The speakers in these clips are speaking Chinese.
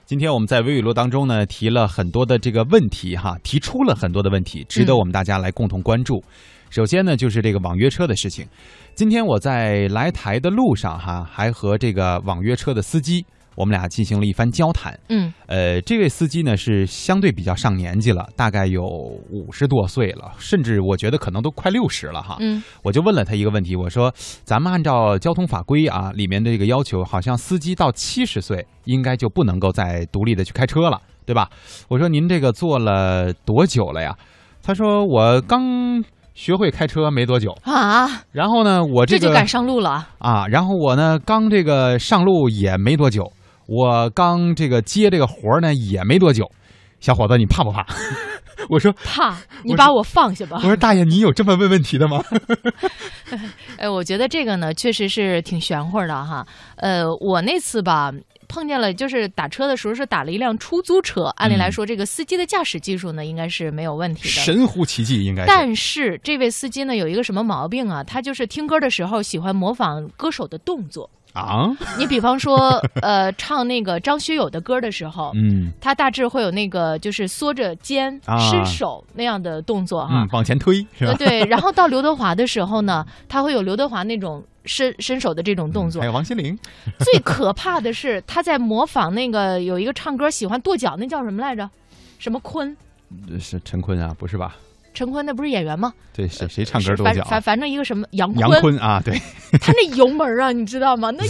今天我们在微语录当中呢，提了很多的这个问题哈，提出了很多的问题，值得我们大家来共同关注。首先呢，就是这个网约车的事情。今天我在来台的路上哈，还和这个网约车的司机，我们俩进行了一番交谈。这位司机呢是相对比较上年纪了，大概有50多岁了，甚至我觉得可能都快60了哈。我就问了他一个问题，我说咱们按照交通法规啊里面的这个要求，好像司机到70岁应该就不能够再独立的去开车了，对吧？我说您这个做了多久了呀？他说我刚学会开车没多久啊， 然后呢我这就敢上路了啊，然后我呢刚这个上路也没多久。我刚这个接这个活呢也没多久，小伙子你怕不怕？我说怕，你把我放下吧。 我说大爷，你有这么问问题的吗？ 我觉得这个呢确实是挺玄乎的哈。我那次吧碰见了，就是打车的时候是打了一辆出租车，按理来说这个司机的驾驶技术呢应该是没有问题的， 神乎其技应该是。 但是这位司机呢有一个什么毛病啊？他就是听歌的时候喜欢模仿歌手的动作。 啊， 你比方说，唱那个张学友的歌的时候，他大致会有那个就是缩着肩、伸手那样的动作哈， 往前推是吧？ 对，然后到刘德华的时候呢，他会有刘德华那种伸手的这种动作。 还有王心凌。 最可怕的是他在模仿那个有一个唱歌喜欢跺脚，那叫什么来着？什么坤？ 是陈坤啊，不是吧？ 陈坤那不是演员吗？对， 谁唱歌跺脚？ 反正一个什么杨坤啊，对， 他那油门啊，你知道吗？那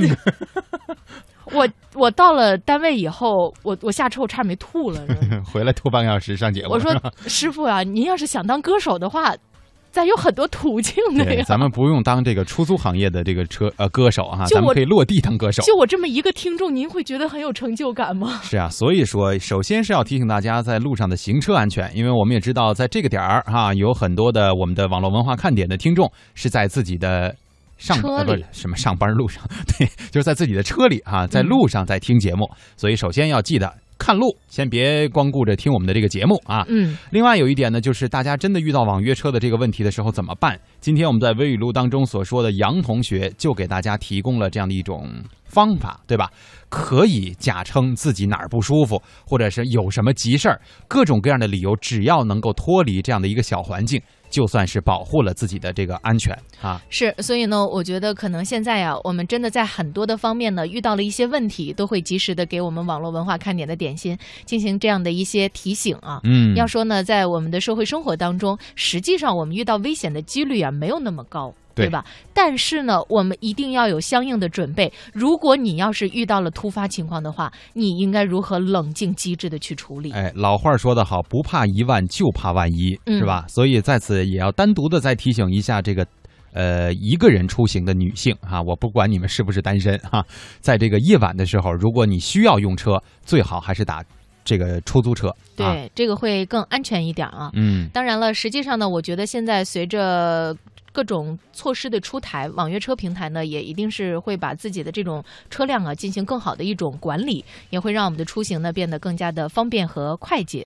我到了单位以后，我下车我差点没吐了。 回来吐半个小时上节目。 我说师傅啊，您要是想当歌手的话，咱有很多途径的呀。 咱们不用当这个出租行业的这个歌手哈，咱们可以落地当歌手。 就我这么一个听众，您会觉得很有成就感吗？ 是啊，所以说首先是要提醒大家在路上的行车安全，因为我们也知道在这个点儿哈，有很多的我们的网络文化看点的听众是在自己的上班路上，对，就是在自己的车里哈，在路上在听节目，所以首先要记得看路，先别光顾着听我们的这个节目啊。另外有一点呢，就是大家真的遇到网约车的这个问题的时候怎么办？今天我们在微语录当中所说的杨同学就给大家提供了这样的一种方法，对吧？可以假称自己哪儿不舒服，或者是有什么急事儿，各种各样的理由，只要能够脱离这样的一个小环境，就算是保护了自己的这个安全啊。 是，所以呢，我觉得可能现在呀，我们真的在很多的方面呢遇到了一些问题，都会及时的给我们网络文化看点的点心进行这样的一些提醒啊。要说呢，在我们的社会生活当中，实际上我们遇到危险的几率啊没有那么高。对吧？但是呢，我们一定要有相应的准备。如果你要是遇到了突发情况的话，你应该如何冷静机智的去处理？ 老话说得好，不怕1万就怕万一，是吧？所以在此也要单独的再提醒一下这个一个人出行的女性哈，我不管你们是不是单身哈，在这个夜晚的时候，如果你需要用车，最好还是打这个出租车。 对，这个会更安全一点啊。当然了，实际上呢，我觉得现在随着各种措施的出台，网约车平台呢也一定是会把自己的这种车辆啊进行更好的一种管理，也会让我们的出行呢变得更加的方便和快捷。